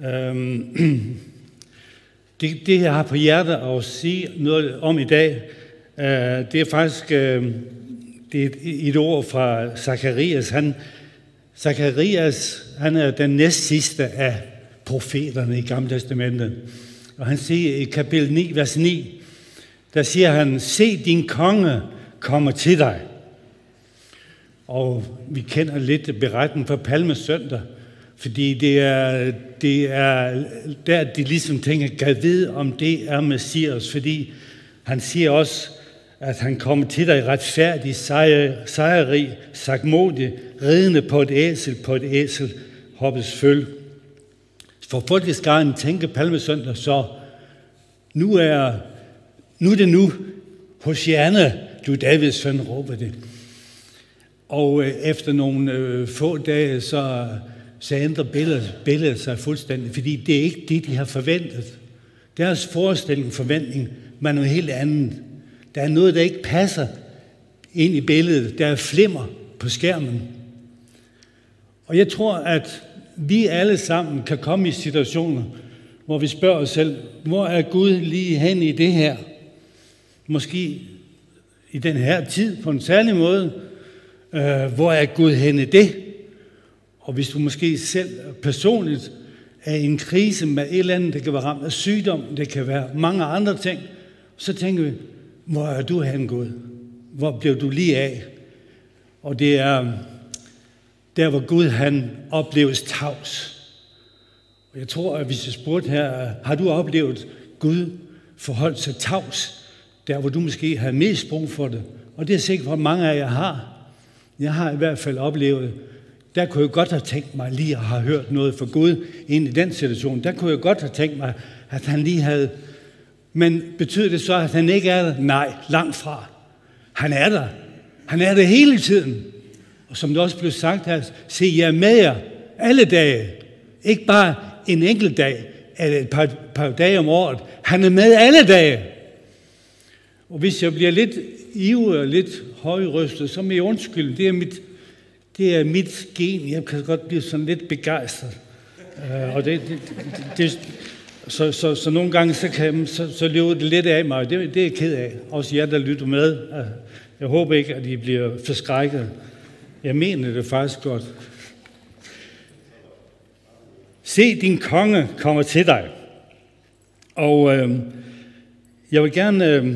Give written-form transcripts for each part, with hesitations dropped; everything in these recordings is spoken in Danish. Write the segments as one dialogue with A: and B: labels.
A: Det jeg har på hjertet at sige noget om i dag, det er faktisk det er et ord fra Zakarias. Zakarias, han er den næstsidste af profeterne i Gamle Testamentet. Og han siger i kapitel 9, vers 9, der siger han, se din konge kommer til dig. Og vi kender lidt beretningen fra Palmesøndag, fordi det er der, de ligesom tænker, gad vide, om det er Messias, fordi han siger også, at han kommer til dig retfærdig, sejrrig, sagtmodig, ridende på et æsel, hoppets føl. For folkeskaren tænker Palmesøndag så, nu er det nu, Hosianna, du Davids søn, råber det. Og efter nogle få dage, så ændrer billedet sig fuldstændig, fordi det er ikke det, de har forventet. Deres forventning var noget helt andet. Der er noget, der ikke passer ind i billedet. Der er flimmer på skærmen. Og jeg tror, at vi alle sammen kan komme i situationer, hvor vi spørger os selv, hvor er Gud lige hen i det her? Måske i den her tid på en særlig måde. Hvor er Gud hen i det? Og hvis du måske selv personligt er i en krise med et eller andet, det kan være ramt af sygdom, det kan være mange andre ting, så tænker vi, hvor er du hen, Gud? Hvor blev du lige af? Og det er der, hvor Gud han opleves tavs. Og jeg tror, at hvis jeg spurgte her, har du oplevet Gud forholdt sig tavs, der hvor du måske har mest brug for det? Og det er sikkert, hvor mange af jer har. Jeg har i hvert fald oplevet, der kunne jeg godt have tænkt mig lige at have hørt noget fra Gud ind i den situation. Der kunne jeg godt have tænkt mig, at han lige havde. Men betyder det så, at han ikke er der? Nej, langt fra. Han er der. Han er der hele tiden. Og som det også blev sagt her, se jeg er med jer alle dage. Ikke bare en enkelt dag, eller et par dage om året. Han er med alle dage. Og hvis jeg bliver lidt ivrig og lidt højrøstet, så må jeg undskylde. Det er mit gen. Jeg kan godt blive sådan lidt begejstret. Og så nogle gange så løber det lidt af mig. Det er jeg ked af. Også jer, der lytter med. Jeg håber ikke, at I bliver forskrækket. Jeg mener det faktisk godt. Se, din konge kommer til dig. Og jeg vil gerne,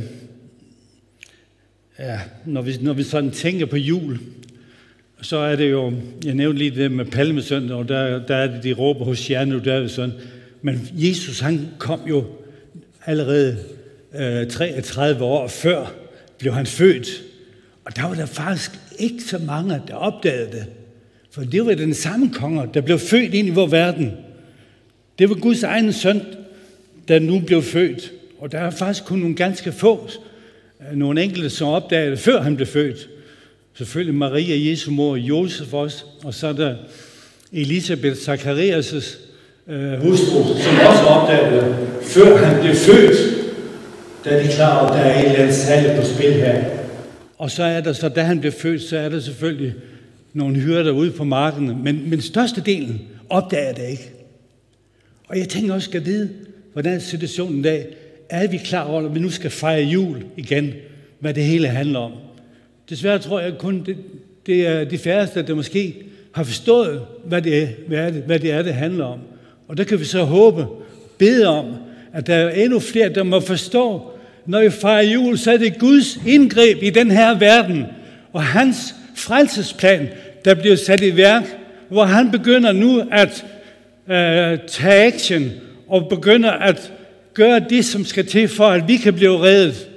A: når vi sådan tænker på jul, så er det jo, jeg nævnte lige det med Palmesøndag, og der er det, de råber Hosianna, du Davids søn. Men Jesus, han kom jo allerede 33 år før, blev han født. Og der var der faktisk ikke så mange, der opdagede det. For det var den samme konge, der blev født ind i vores verden. Det var Guds egen søn, der nu blev født. Og der er faktisk kun nogle ganske få, nogle enkelte, som opdagede det, før han blev født. Selvfølgelig Maria, Jesu mor, Josef også. Og så er der Elisabeth, Zakarias' hustru, som også opdagede det, før han blev født. Der er de klar over, at der er et eller andet særligt på spil her. Og så er der så, da han blev født, så er der selvfølgelig nogle hyrder ude på markerne. Men størstedelen opdager det ikke. Og jeg tænker også, at vide, hvordan situationen i dag, er vi klar over, at vi nu skal fejre jul igen, hvad det hele handler om. Desværre tror jeg kun, det er de færreste, der måske har forstået, hvad det er, det handler om. Og der kan vi så håbe, bede om, at der er endnu flere, der må forstå, når vi fejrer jul, så er det Guds indgreb i den her verden, og hans frelsesplan, der bliver sat i værk, hvor han begynder nu at tage action, og begynder at gøre det, som skal til for, at vi kan blive reddet.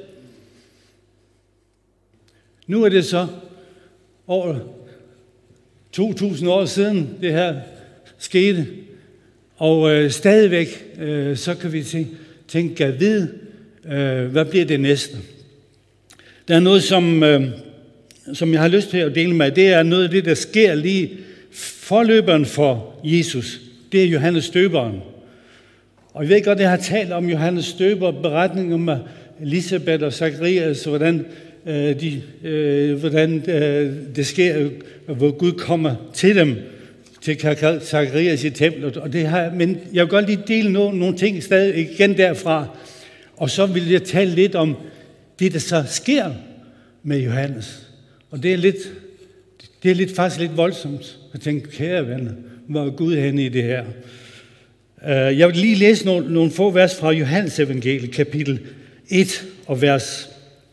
A: Nu er det så over 2000 år siden, det her skete, og stadigvæk, så kan vi tænke, at vide, hvad bliver det næste? Der er noget, som jeg har lyst til at dele med, det er noget af det, der sker lige forløberen for Jesus. Det er Johannes Døberen. Og jeg ved godt, jeg har talt om Johannes Døber, beretningen om Elisabeth og Zakarias, og hvordan det sker, hvor Gud kommer til dem. til Zakarias i templet. Og det har, men jeg vil godt lige dele nogle ting stadig igen derfra. Og så vil jeg tale lidt om det, der så sker med Johannes. Og det er faktisk lidt voldsomt. Jeg tænker, kære venner, hvor er Gud henne i det her? Jeg vil lige læse nogle få vers fra Johannes evangeliet, kapitel 1 og vers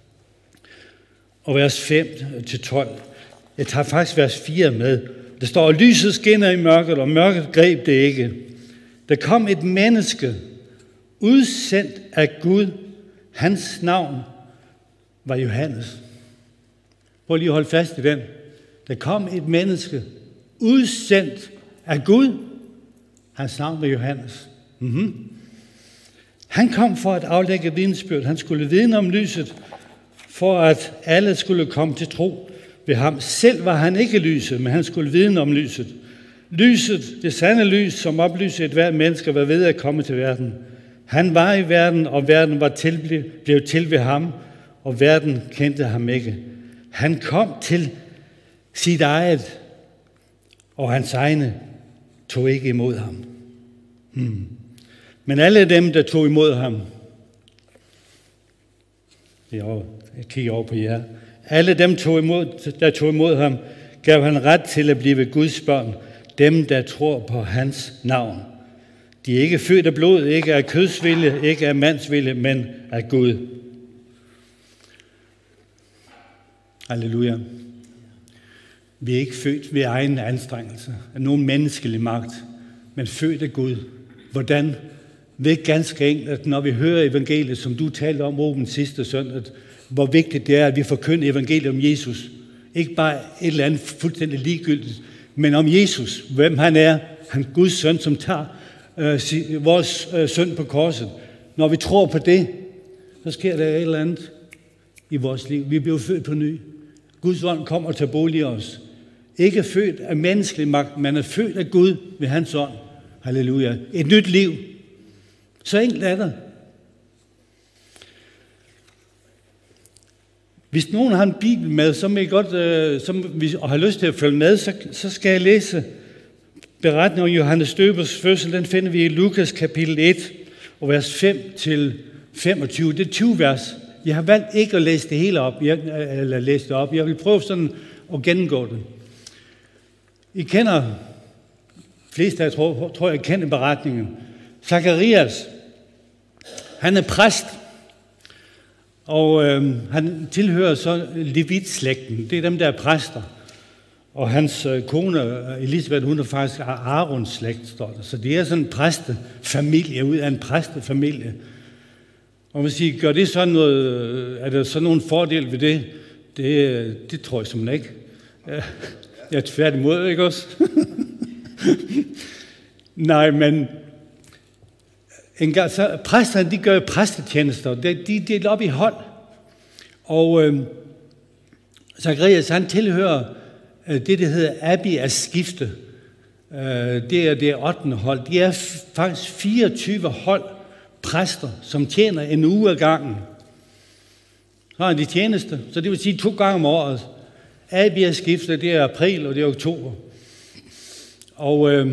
A: 5-12. Jeg tager faktisk vers 4 med. Der står, lyset skinner i mørket, og mørket greb det ikke. Der kom et menneske, udsendt af Gud. Hans navn var Johannes. Prøv lige at holde fast i den. Der kom et menneske, udsendt af Gud. Hans navn var Johannes. Han kom for at aflægge vidnesbyrd. Han skulle vidne om lyset, for at alle skulle komme til tro ved ham. Selv var han ikke lyset, men han skulle vidne om lyset. Lyset, det sande lys, som oplyser et hvert menneske, var ved at komme til verden. Han var i verden, og verden blev til ved ham, og verden kendte ham ikke. Han kom til sit eget, og hans egne tog ikke imod ham. Men alle dem, der tog imod ham, jeg kigger over på jer, alle dem, der tog imod ham, gav han ret til at blive Guds børn, dem, der tror på hans navn. De er ikke født af blod, ikke af kødsvilje, ikke af mandsvilje, men af Gud. Halleluja. Vi er ikke født ved egen anstrengelse, af nogen menneskelig magt, men født af Gud. Hvordan? Ved ganske enkelt, at når vi hører evangeliet, som du talte om Ruben sidste søndag, hvor vigtigt det er, at vi forkynder evangeliet om Jesus. Ikke bare et eller andet fuldstændig ligegyldigt, men om Jesus, hvem han er. Han er Guds søn, som tager vores synd på korset. Når vi tror på det, så sker der et eller andet i vores liv. Vi bliver født på ny. Guds ånd kommer til at bolig i os. Ikke født af menneskelig magt, men er født af Gud ved hans ånd. Halleluja. Et nyt liv. Så enkelt er det. Hvis nogen har en bibel med, så må I godt, og har lyst til at følge med, så skal jeg læse beretningen om Johannes Døbers fødsel. Den finder vi i Lukas kapitel 1, og vers 5-25. Det er 20 vers. Jeg har valgt ikke at læse det hele op, eller læse det op. Jeg vil prøve sådan at gennemgå det. I kender, fleste af jer tror jeg kender beretningen. Zakarias, han er præst, og han tilhører så Levit-slægten. Det er dem, der er præster. Og hans kone, Elisabeth, hun er faktisk Arons slægt, står der. Så det er sådan en præstefamilie, ud af en præstefamilie. Og man siger, gør det sådan noget, er der så nogen fordel ved det? Det tror jeg simpelthen ikke. Jeg er tværtimod, ikke også? Nej, men så præsterne, de gør præstetjenester. De er delt op i hold. Og Zakarias, han tilhører det, der hedder Abias skifte. Det er det 8. hold. De er faktisk 24 hold præster, som tjener en uge ad gangen. Så har de tjeneste, så det vil sige 2 gange om året. Abias skifte, det er april, og det er oktober. Og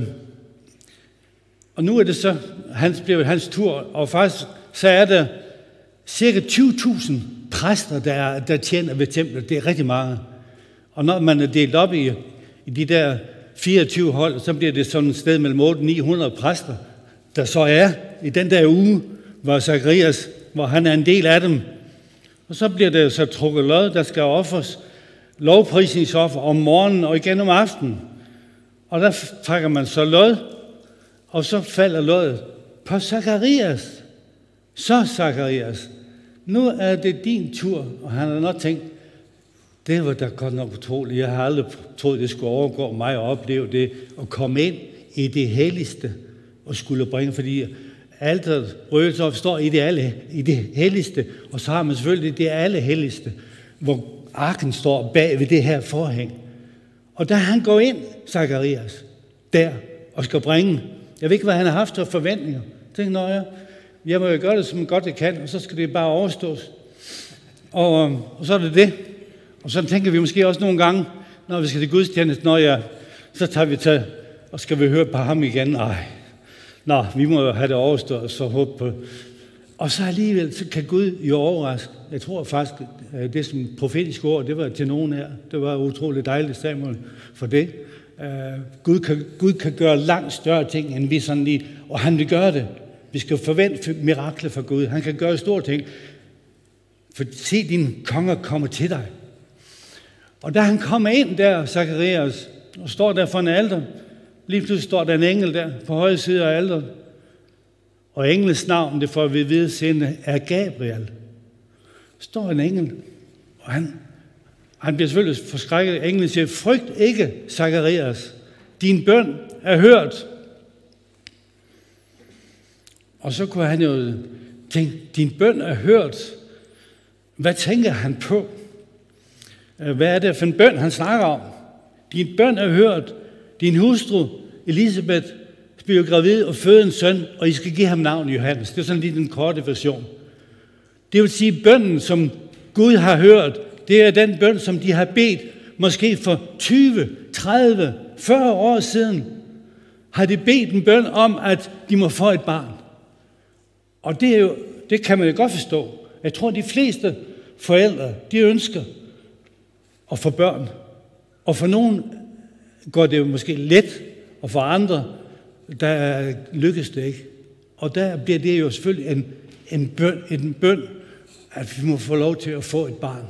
A: nu er det så, hans tur, og faktisk så er der cirka 20.000 præster, der tjener ved templet. Det er rigtig mange. Og når man er delt op i de der 24 hold, så bliver det sådan et sted mellem 800-900 præster, der så er i den der uge, hvor Zakarias, hvor han er en del af dem. Og så bliver det så trukket lod, der skal offres lovprisningsoffer om morgenen og igen om aftenen. Og der trækker man så lod, og så falder loddet på Zakarias. Så Zakarias, nu er det din tur. Og han har nok tænkt, det var da godt nok utroligt. Jeg har aldrig troet, det skulle overgå mig at opleve det, at komme ind i det helligste og skulle bringe, fordi alteret røgelsesoffer står i det helligste, og så har man selvfølgelig det allerhelligste, hvor arken står bag ved det her forhæng. Og da han går ind, Zakarias, der, og skal bringe, jeg ved ikke, hvad han har haft af forventninger. Jeg tænkte, jeg må jo gøre det, som godt jeg kan, og så skal det bare overstås. Og så er det det. Og så tænker vi måske også nogle gange, når vi skal til gudstjeneste, så tager vi til og skal vi høre på ham igen? Nej. Nå, vi må jo have det overstået, så håbe på. Og så alligevel, så kan Gud jo overraske. Jeg tror faktisk, det som profetiske ord, det var til nogen her. Det var utroligt dejligt, Samuel, for det. Gud kan gøre langt større ting, end vi sådan lige. Og han vil gøre det. Vi skal forvente mirakler fra Gud. Han kan gøre store ting. For se, din konger kommer til dig. Og da han kommer ind der, Zakarias, og står der foran alter, lige pludselig står der en engel der på højre side af alteret. Og englens navn, det får vi vide senere, er Gabriel. Står en engel, og han bliver selvfølgelig forskrækket. Englen siger, frygt ikke, Zakarias. Din bøn er hørt. Og så kunne han jo tænke, din bøn er hørt. Hvad tænker han på? Hvad er det for en bøn, han snakker om? Din bøn er hørt. Din hustru, Elisabeth, bliver gravid og føder en søn, og I skal give ham navn Johannes. Det er sådan lige den korte version. Det vil sige, bønnen, som Gud har hørt, det er den bøn, som de har bedt, måske for 20, 30, 40 år siden, har de bedt en bøn om, at de må få et barn. Og det kan man jo godt forstå. Jeg tror, de fleste forældre, de ønsker at få børn. Og for nogen går det jo måske let, og for andre, der lykkes det ikke. Og der bliver det jo selvfølgelig en bøn, at vi må få lov til at få et barn.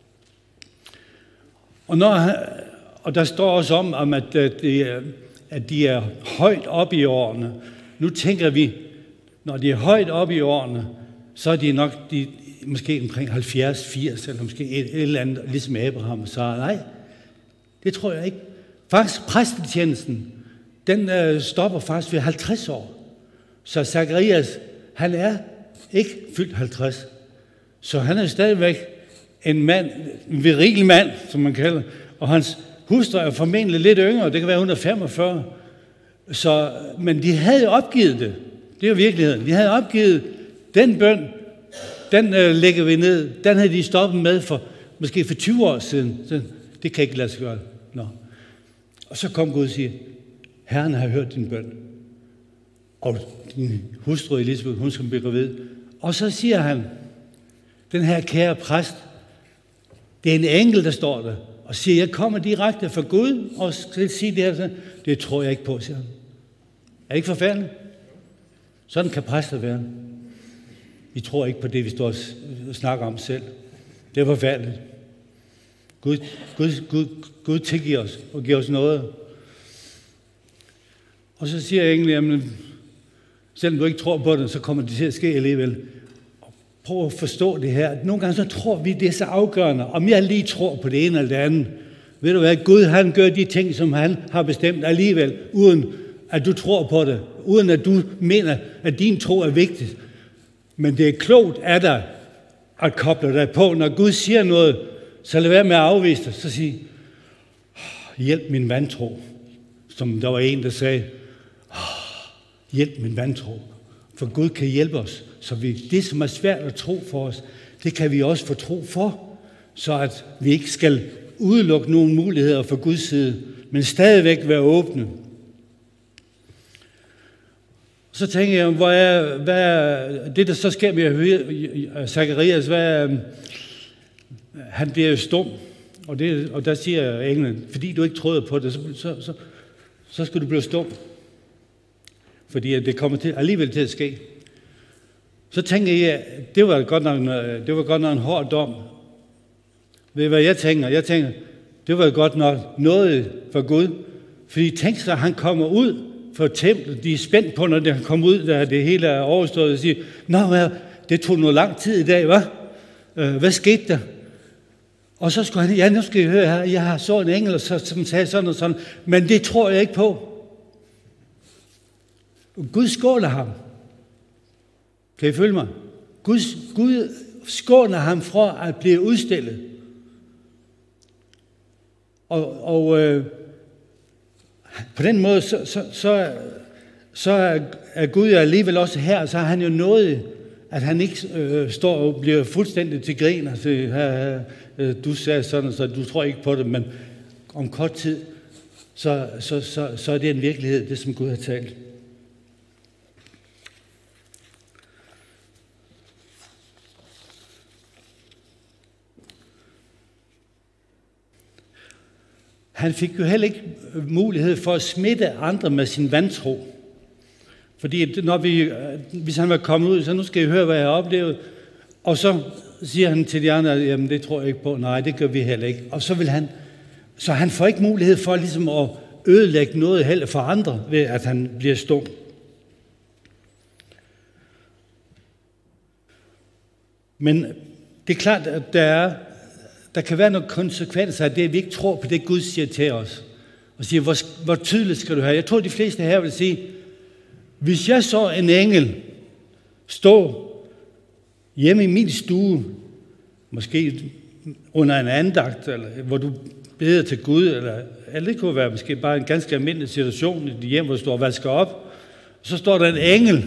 A: Og der står også om at de er højt oppe i årene. Nu tænker vi, når de er højt oppe i årene, så er de nok måske omkring 70, 80, eller måske et eller andet, ligesom Abraham. Så nej, det tror jeg ikke. Faktisk præstetjenesten, den stopper faktisk ved 50 år. Så Zakarias, han er ikke fyldt 50. Så han er stadigvæk en mand, en viril mand, som man kalder. Og hans hustru er formentlig lidt yngre, det kan være 145. Men de havde opgivet det. Det er jo virkeligheden. De havde opgivet den bøn, den lægger vi ned. Den havde de stoppet med måske for 20 år siden. Så det kan ikke lade sig gøre. Nå. Og så kom Gud og siger, Herren har hørt din bøn. Og din hustru Elisabeth, hun skal blive gravid. Og så siger han, den her kære præst, det er en engel, der står der, og siger, jeg kommer direkte fra Gud, og skal sige det her. Det tror jeg ikke på, siger han. Er det ikke forfærdeligt? Sådan kan præster være. Vi tror ikke på det, vi står og snakker om selv. Det er forfærdeligt. Gud tilgiver os og giver os noget. Og så siger jeg egentlig, at selvom du ikke tror på det, så kommer det til at ske alligevel. Prøv at forstå det her. Nogle gange så tror vi, det er så afgørende, om jeg lige tror på det ene eller det andet. Ved du hvad, Gud han gør de ting, som han har bestemt alligevel, uden at du tror på det, uden at du mener, at din tro er vigtig. Men det er klogt af dig at koble dig på. Når Gud siger noget, så lad være med at afvise det. Så sig, hjælp min vantro. Som der var en, der sagde, hjælp min vantro. For Gud kan hjælpe os. Så det, som er svært at tro for os, det kan vi også få tro for. Så at vi ikke skal udelukke nogle muligheder fra Guds side, men stadigvæk være åbne. Så tænker jeg, hvad er det, der så sker med Zakarias, han bliver jo stum, og der siger englen, fordi du ikke troede på det, så skal du blive stum. Fordi det kommer alligevel til at ske. Så tænker jeg, det var godt nok en hård dom. Ved I, hvad jeg tænker? Jeg tænker, det var godt nok noget for Gud. Fordi tænk sig, at han kommer ud fra templet. De er spændt på, når han kommer ud, da det hele er overstået, og siger, nå, det tog noget lang tid i dag, hva'? Hvad skete der? Og så skulle han, nu skal I høre her, jeg har så en engel, som sagde sådan og sådan, men det tror jeg ikke på. Gud skåler ham. Kan I følge mig? Gud skåner ham fra at blive udstillet. Og på den måde, så er Gud alligevel også her, så har han jo nået, at han ikke står og bliver fuldstændig til grin og siger, du sagde sådan og så, du tror ikke på det, men om kort tid, så er det en virkelighed, det som Gud har talt. Han fik jo heller ikke mulighed for at smitte andre med sin vantro. Fordi hvis han var kommet ud, så nu skal I høre, hvad jeg har oplevet. Og så siger han til de andre, jamen det tror jeg ikke på. Nej, det gør vi heller ikke. Og så han får ikke mulighed for ligesom at ødelægge noget heller for andre, ved at han bliver stum. Men det er klart, at der kan være nogle konsekvenser af det, at vi ikke tror på det, Gud siger til os. Og siger, hvor tydeligt skal du have? Jeg tror, de fleste her vil sige, hvis jeg så en engel stå hjemme i min stue, måske under en andagt, eller hvor du beder til Gud, eller det kunne være måske bare en ganske almindelig situation i dit hjem, hvor du står og vasker op, og så står der en engel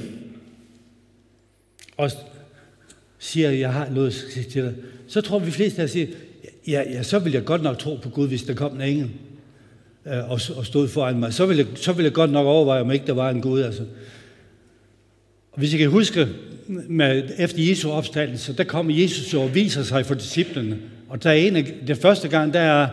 A: og siger, jeg har noget at sige til dig. Så tror vi fleste her siger, ja, så vil jeg godt nok tro på Gud, hvis der kom en engel og stod foran mig. Så vil jeg godt nok overveje, om ikke der var en Gud. Altså. Og hvis I kan huske, efter Jesu opstandelse, der kommer Jesus og viser sig for disciplene. Og der er den første gang, der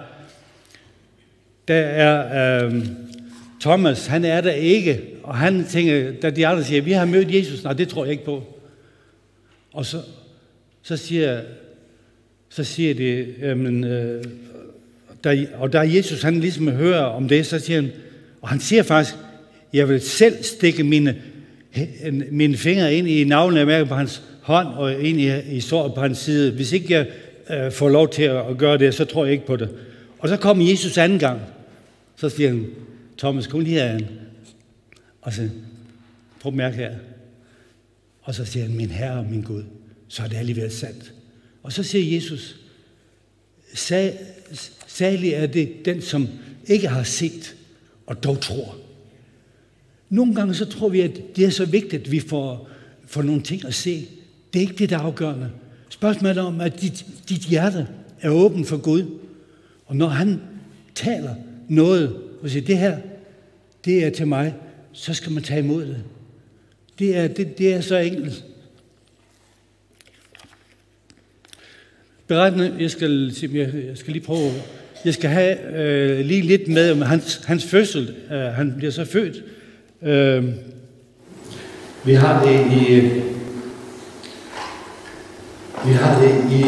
A: er Thomas, han er der ikke. Og han tænker, da de andre siger, vi har mødt Jesus. Nej, det tror jeg ikke på. Og så siger de, jamen, da Jesus han ligesom hører om det, så siger han, og han siger faktisk, jeg vil selv stikke mine fingre ind i navlen af mærke på hans hånd og ind i såret på hans side. Hvis ikke jeg får lov til at gøre det, så tror jeg ikke på det. Og så kommer Jesus anden gang. Så siger han, Thomas, kom lige herhen. Og så prøv at mærke her. Og så siger han, min Herre og min Gud. Så er det alligevel sandt. Og så siger Jesus, salig er det den, som ikke har set og dog tror. Nogle gange så tror vi, at det er så vigtigt, at vi får nogle ting at se. Det er ikke det, der er afgørende. Spørgsmålet er om, at dit hjerte er åbent for Gud. Og når han taler noget, og siger, det her, det er til mig, så skal man tage imod det. Det er så enkelt. Berettende, jeg skal lige prøve, jeg skal have lige lidt med om hans fødsel. Han bliver så født. Vi har det i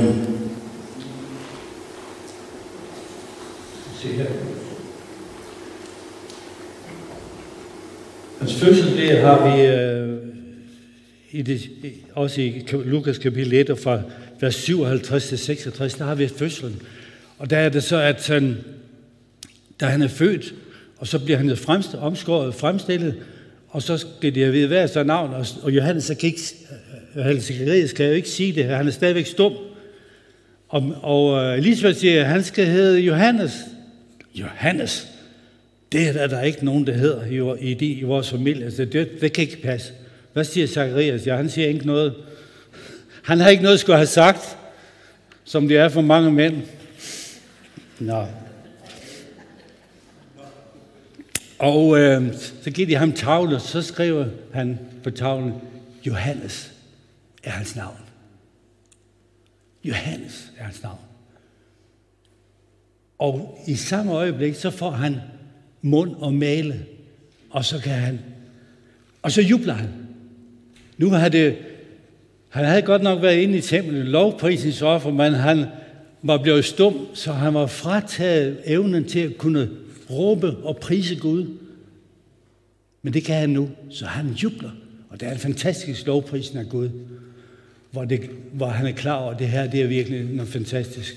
A: se her. Hans fødsel, det har vi også i Lukas kapitel 1, og fra vers 57 til 66, der har vi fødslen. Og der er det så, at da han er født, og så bliver han omskåret, fremstillet, og så skal de have vide, hvad er så navn, og Johannes Zakarias kan jo ikke sige det, han er stadigvæk stum. Og Elisabeth siger, at han skal hedde Johannes. Johannes, det er der ikke nogen, der hedder i vores familie, så det kan ikke passe. Hvad siger Zakarias? Ja, han siger ikke noget. Han har ikke noget, skulle have sagt, som det er for mange mænd. Nå. Og så giver de ham tavle, så skriver han på tavlen, Johannes er hans navn. Johannes er hans navn. Og i samme øjeblik, så får han mund og male, og så jubler han. Nu har han havde godt nok været inde i templet, lovprisningsoffer, men han var blevet stum, så han var frataget evnen til at kunne råbe og prise Gud. Men det kan han nu, så han jubler. Og det er en fantastisk lovprisen af Gud, hvor han er klar over, at det her, det er virkelig noget fantastisk.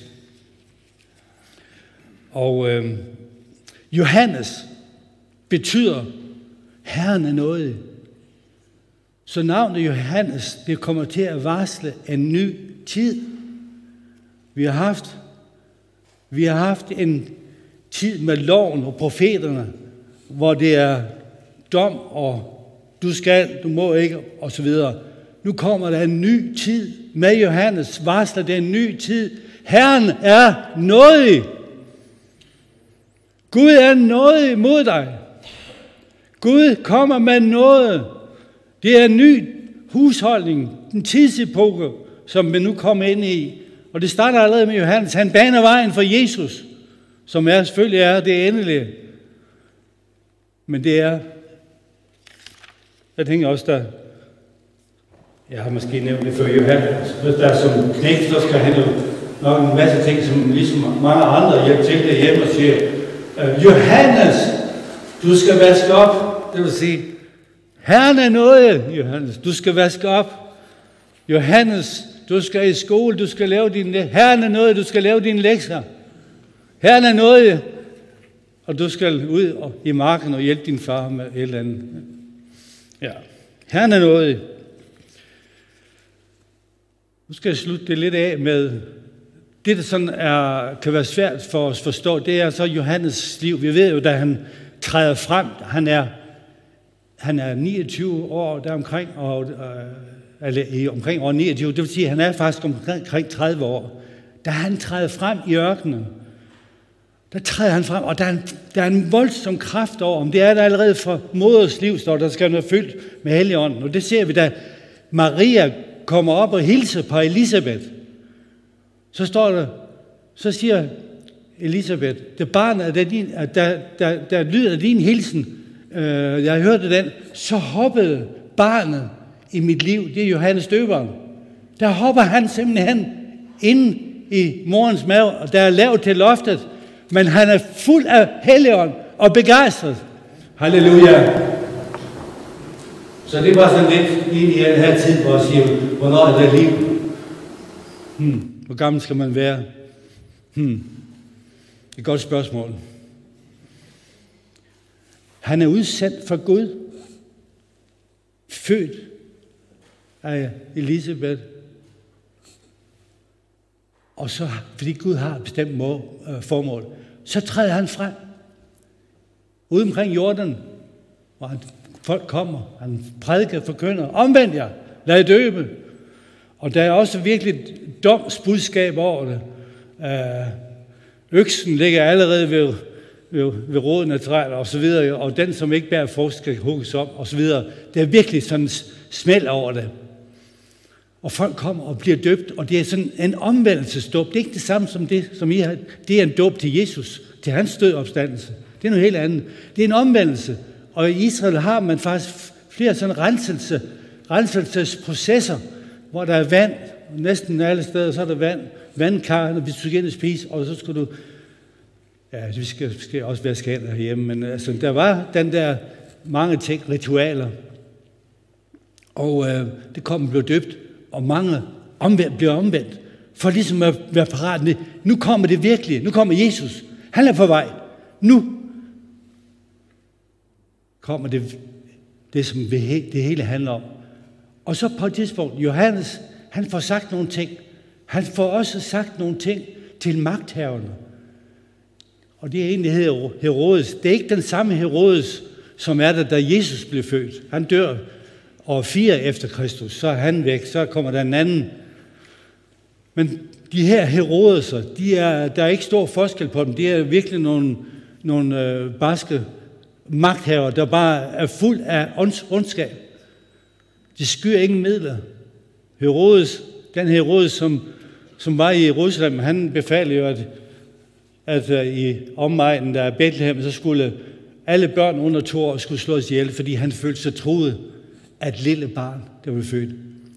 A: Og Johannes betyder, Herren er nådig. Så navnet Johannes, det kommer til at varsle en ny tid. Vi har haft en tid med loven og profeterne, hvor det er dom og du skal, du må ikke, og så videre. Nu kommer der en ny tid med Johannes, varsler det en ny tid. Herren er nådig. Gud er nådig imod dig. Gud kommer med noget. Det er en ny husholdning, en tidsepoke, som vi nu kommer ind i. Og det starter allerede med Johannes. Han baner vejen for Jesus, som selvfølgelig er det endelige. Men det er, jeg tænker også, der, jeg har måske nævnt det før, Johannes, der som knægt, så skal han jo nok en masse ting, som ligesom mange andre hjælper til derhjemme og siger, Johannes, du skal vaske op. Det vil sige, Herren er noget, Johannes, du skal vaske op. Johannes, du skal i skole, du skal lave dine lektier. Herren er noget, du skal lave dine lektier. Herren er noget, og du skal ud i marken og hjælpe din far med et eller andet. Ja, Herren er noget. Nu skal jeg slutte det lidt af med, det der sådan kan være svært for os at forstå, det er så Johannes liv. Vi ved jo, da han træder frem, han er 29 år deromkring, eller omkring år 29, det vil sige, at han er faktisk omkring 30 år. Da han træder frem i ørkenen, der træder han frem, og der er en voldsom kraft over ham. Det er der allerede fra moders liv, står der skal være fyldt med Helligånden. Og det ser vi, da Maria kommer op og hilser på Elisabeth. Så står der, så siger Elisabeth, det barn er der lyder af din hilsen. Jeg hørte den, så hoppede barnet i mit liv. Det er Johannes Døberen. Der hopper han simpelthen ind i morens mave, og der er lavt til loftet, men han er fuld af Helligånd og begejstret. Halleluja. Så det var sådan lidt ind i den her tid, hvor jeg siger, hvornår er det liv? Hvor gammel skal man være? Et godt spørgsmål. Han er udsendt fra Gud, født af Elisabeth, og så, fordi Gud har et bestemt formål, så træder han frem, ude omkring Jordan, hvor folk kommer, han prædiker, forkynder, omvend jer, lad døbe. Og der er også virkelig et domsbudskab over det. Øksen ligger allerede ved roden af træet og så videre, og den, som ikke bærer frugt, skal hugges op og så videre. Det er virkelig sådan smæld over det. Og folk kommer og bliver døbt, og det er sådan en omvendelsesdåb. Det er ikke det samme som det, som I har. Det er en dåb til Jesus, til hans dødopstandelse. Det er noget helt andet. Det er en omvendelse. Og i Israel har man faktisk flere sådan renselsesprocesser, hvor der er vand. Næsten alle steder, så er der vandkar, når vi skal ind og spise, og så skal du... Ja, vi skal også være skadet herhjemme, men altså, der var den der mange ting, ritualer. Og det kom og blev døbt, og mange blev omvendt, for ligesom at være parat. Nu kommer det virkelig. Nu kommer Jesus. Han er på vej. Nu kommer det som det hele handler om. Og så på et tidspunkt, Johannes, han får sagt nogle ting. Han får også sagt nogle ting til magthaverne. Og det er egentlig hedder Herodes. Det er ikke den samme Herodes, som er der, da Jesus blev født. Han dør år 4 efter Kristus. Så er han væk, så kommer der en anden. Men de her Herodeser, der er ikke stor forskel på dem. De er virkelig nogle barske magthaver, der bare er fuld af ondskab. De skyer ingen midler. Den Herodes, som var i Jerusalem, han befalede jo, at i omegnen der er Bethlehem, så skulle alle børn under 2 år skulle slås ihjel, fordi han følte sig truet af et lille barn, der blev født.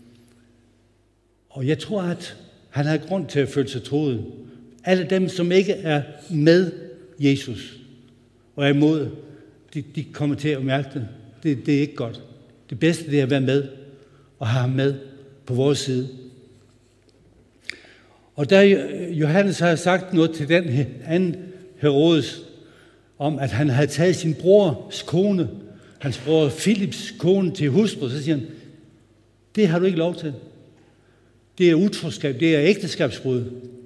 A: Og jeg tror, at han har grund til at føle sig truet. Alle dem, som ikke er med Jesus og er imod, de kommer til at mærke det. Det er ikke godt. Det bedste, det er at være med og have ham med på vores side. Og da Johannes har sagt noget til den anden Herodes, om at han havde taget sin brors kone, hans bror Philips kone til hustru, så siger han, det har du ikke lov til. Det er utroskab, det er ægteskabsbrud.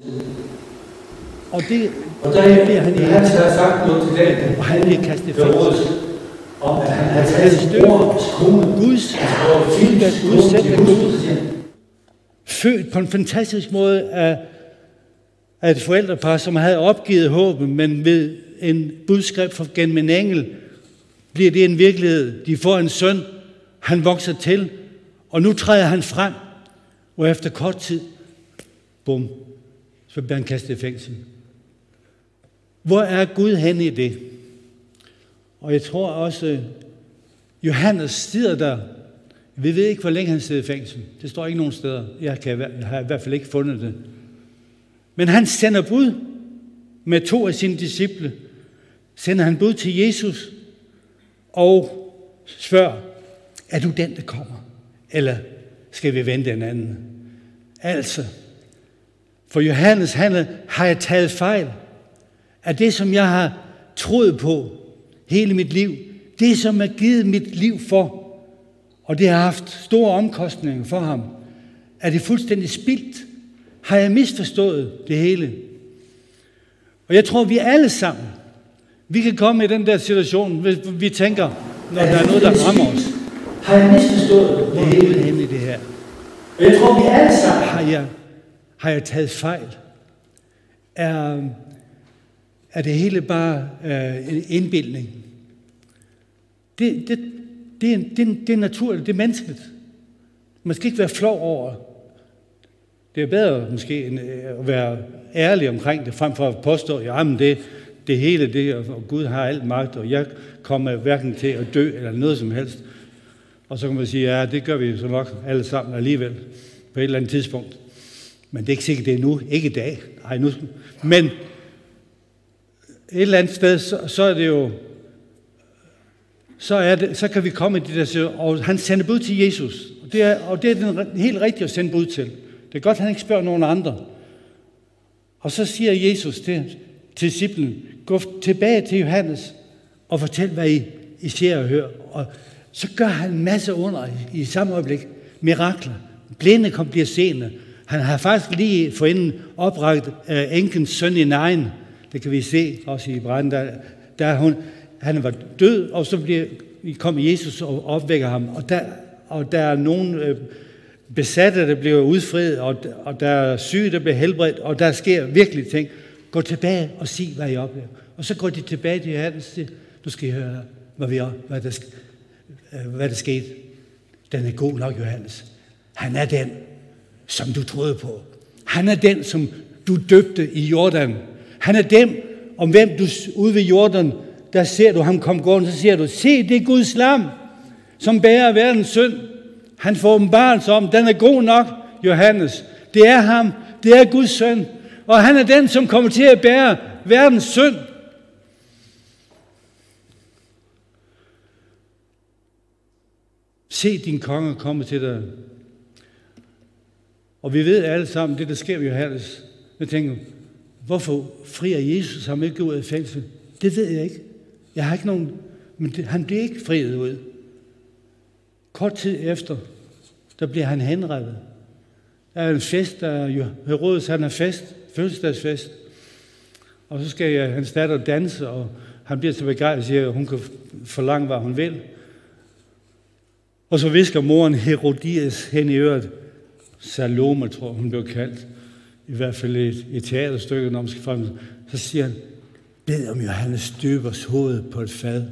A: Og der bliver han har sagt noget til den, og han bliver kastet i fængsel. Om at han havde taget sin brors kone, Guds udsendte Gud, født på en fantastisk måde af et forældrepar, som havde opgivet håbet, men ved en budskab gennem en engel, bliver det en virkelighed. De får en søn, han vokser til, og nu træder han frem, og efter kort tid, bum, så bliver han kastet i fængsel. Hvor er Gud henne i det? Og jeg tror også, Johannes sidder der. Vi ved ikke, hvor længe han sidder i fængsel. Det står ikke nogen steder. Jeg har i hvert fald ikke fundet det. Men han sender bud med 2 af sine disciple. Sender han bud til Jesus og spørger, er du den, der kommer? Eller skal vi vente en anden? Altså, for Johannes har jeg taget fejl af det, som jeg har troet på hele mit liv. Det, som er givet mit liv for, og det har haft store omkostninger for ham. Er det fuldstændig spildt? Har jeg misforstået det hele? Og jeg tror, vi alle sammen, vi kan komme i den der situation, hvis vi tænker, når der er noget, der rammer os. Har jeg misforstået det hele hen i det her? Og jeg tror, vi alle sammen har jeg taget fejl. Er det hele bare en indbildning? Det er naturligt, det er menneskeligt. Man skal ikke være flov over. Det er bedre måske end at være ærlig omkring det, frem for at påstå, jamen det hele det, og Gud har alt magt, og jeg kommer hverken til at dø eller noget som helst. Og så kan man sige, ja, det gør vi så nok alle sammen alligevel på et eller andet tidspunkt. Men det er ikke sikkert, det er nu. Ikke i dag. Nej, nu. Men et eller andet sted, så er det jo, så kan vi komme i det der, og han sender bud til Jesus. Og det er den helt rigtige at sende bud til. Det er godt, at han ikke spørger nogen andre. Og så siger Jesus til disciplen, gå tilbage til Johannes og fortæl, hvad I ser og hører. Og så gør han en masse under i samme øjeblik. Mirakler. Blinde bliver seende. Han har faktisk lige forinden oprettet enkens søn i Nain. Det kan vi se også i branden. Han var død, og så kom Jesus og opvækker ham. Og der er nogle besatte, der bliver udfriet, og der er syge, der bliver helbredt, og der sker virkelig ting. Gå tilbage og sig, hvad I oplever. Og så går de tilbage til Johannes og siger, nu skal I høre, hvad der skete. Den er god nok, Johannes. Han er den, som du troede på. Han er den, som du døbte i Jordan. Han er den, om hvem du ude ved Jordan, der ser du ham komme gående, så siger du, se, det er Guds lam, som bærer verdens synd. Han får åbenbarelse om, den er god nok, Johannes. Det er ham, det er Guds søn. Og han er den, som kommer til at bære verdens synd. Se din konge komme til dig. Og vi ved alle sammen, det der sker ved Johannes. Jeg tænker, hvorfor frier Jesus ham ikke ud af fængsel? Det ved jeg ikke. Jeg har ikke nogen, men han bliver ikke friet ud. Kort tid efter, der bliver han henrettet. Der er en fest, der er Herodes, han har fødselsdagsfest. Og så skal hans datter danse, og han bliver så begejstret og siger, at hun kan forlange, hvad hun vil. Og så visker moren Herodias hen i øret. Salome, tror hun blev kaldt. I hvert fald i teaterstykket, når man skal frem. Så siger han, bed om Johannes døbers hoved på et fad.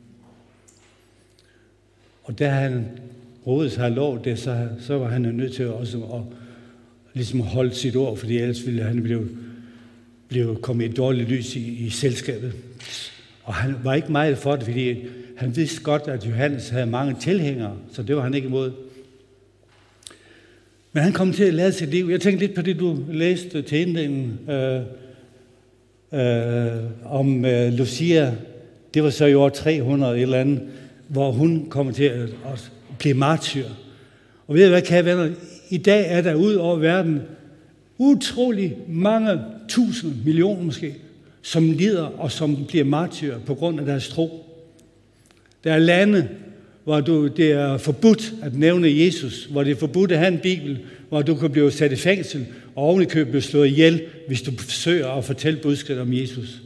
A: Og da han Herodes har lov det, så var han nødt til også at ligesom holde sit ord, fordi ellers ville han blive kommet i et dårligt lys i selskabet. Og han var ikke meget for det, fordi han vidste godt, at Johannes havde mange tilhængere, så det var han ikke imod. Men han kom til at lade sit liv. Jeg tænkte lidt på det, du læste til indledningen om Lucia. Det var så i år 300 eller andet, hvor hun kommer til at blive martyr. Og ved I hvad, kære venner? I dag er der ud over verden utrolig mange tusind millioner måske, som lider og som bliver martyrer på grund af deres tro. Der er lande, hvor det er forbudt at nævne Jesus, hvor det er forbudt at have en bibel, hvor du kan blive sat i fængsel og ovenikøbet blive slået ihjel, hvis du forsøger at fortælle budskabet om Jesus.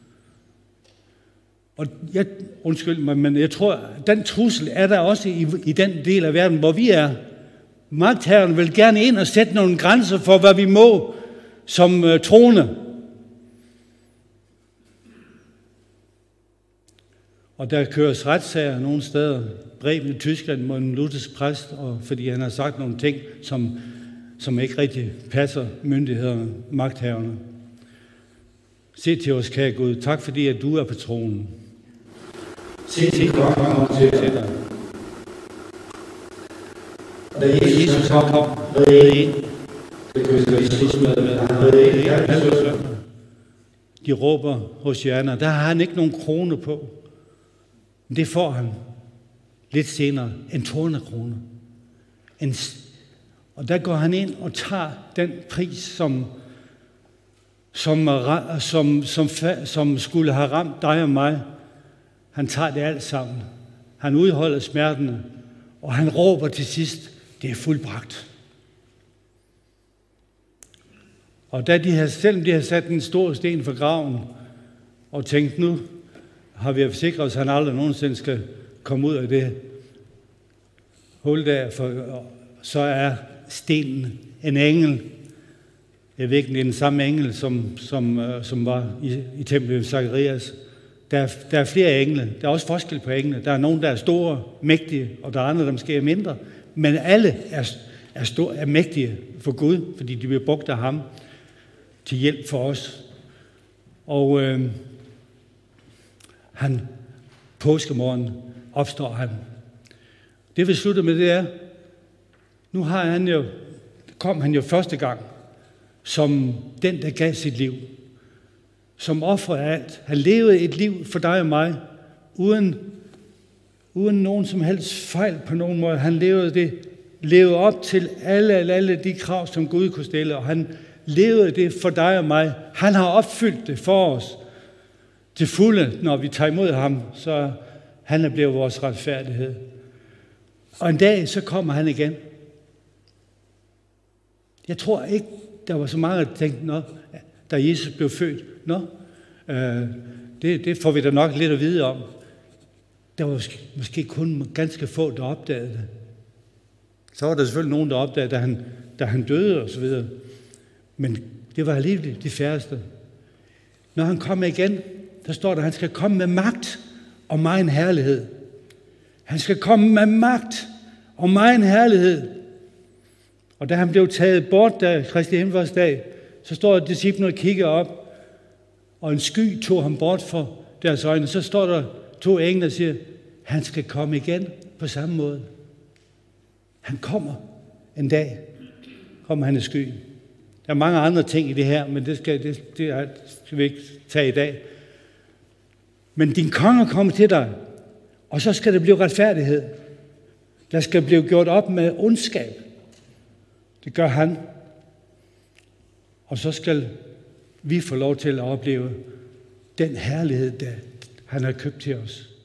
A: Og undskyld mig, men jeg tror, at den trussel er der også i den del af verden, hvor vi er. Magtherrerne vil gerne ind og sætte nogle grænser for, hvad vi må som troende. Og der køres retssager nogle steder. Bremen i Tyskland mod en luthersk præst, og fordi han har sagt nogle ting, som ikke rigtig passer myndighederne, magthaverne. Se til os, kære Gud. Tak fordi, at du er på tronen.
B: Se til kongen til dig. Og da Jesus kom, red ind. Det kan vi sige med, han red ind.
A: De råber hos Joanna. Der har han ikke nogen krone på. Men det får han lidt senere. En tornekrone. Og der går han ind og tager den pris, som skulle have ramt dig og mig. Han tager det alt sammen. Han udholder smertene, og han råber til sidst, det er fuldbragt. Og selvom de har sat en stor sten for graven, og tænkt, nu har vi forsikret os, at han aldrig nogensinde skal komme ud af det hul der, så er stenen en engel. Jeg ved ikke, det er den samme engel, som var i templet ved Zacharias. Der er flere engle. Der er også forskel på engle. Der er nogen, der er store, mægtige, og der er andre, der måske er mindre. Men alle er mægtige for Gud, fordi de bliver brugt af ham til hjælp for os. Og påskemorgen opstår han. Det vi slutter med, det er, nu kom han jo første gang, som den, der gav sit liv. Som offrede alt. Han levede et liv for dig og mig, uden nogen som helst fejl på nogen måde. Han levede op til alle de krav, som Gud kunne stille, og han levede det for dig og mig. Han har opfyldt det for os til fulde, når vi tager imod ham, så han er blevet vores retfærdighed. Og en dag, så kommer han igen. Jeg tror ikke, der var så mange, der tænkte, da Jesus blev født. Det får vi da nok lidt at vide om. Der var måske kun ganske få, der opdagede det. Så var der selvfølgelig nogen, der opdagede, da han døde og så videre. Men det var alligevel de færreste. Når han kommer igen, der står der, at han skal komme med magt og megen herlighed. Han skal komme med magt og megen herlighed. Og da han blev taget bort, da Kristi himmelfartsdag, så står der, at disciplene kigger op, og en sky tog ham bort for deres øjne. Så står der 2 engle, der siger, han skal komme igen på samme måde. Han kommer en dag, kommer han i skyen. Der er mange andre ting i det her, men det skal vi ikke tage i dag. Men din konge kommer til dig, og så skal det blive retfærdighed. Der skal blive gjort op med ondskab. Det gør han. Og så skal vi få lov til at opleve den herlighed, der han har købt til os.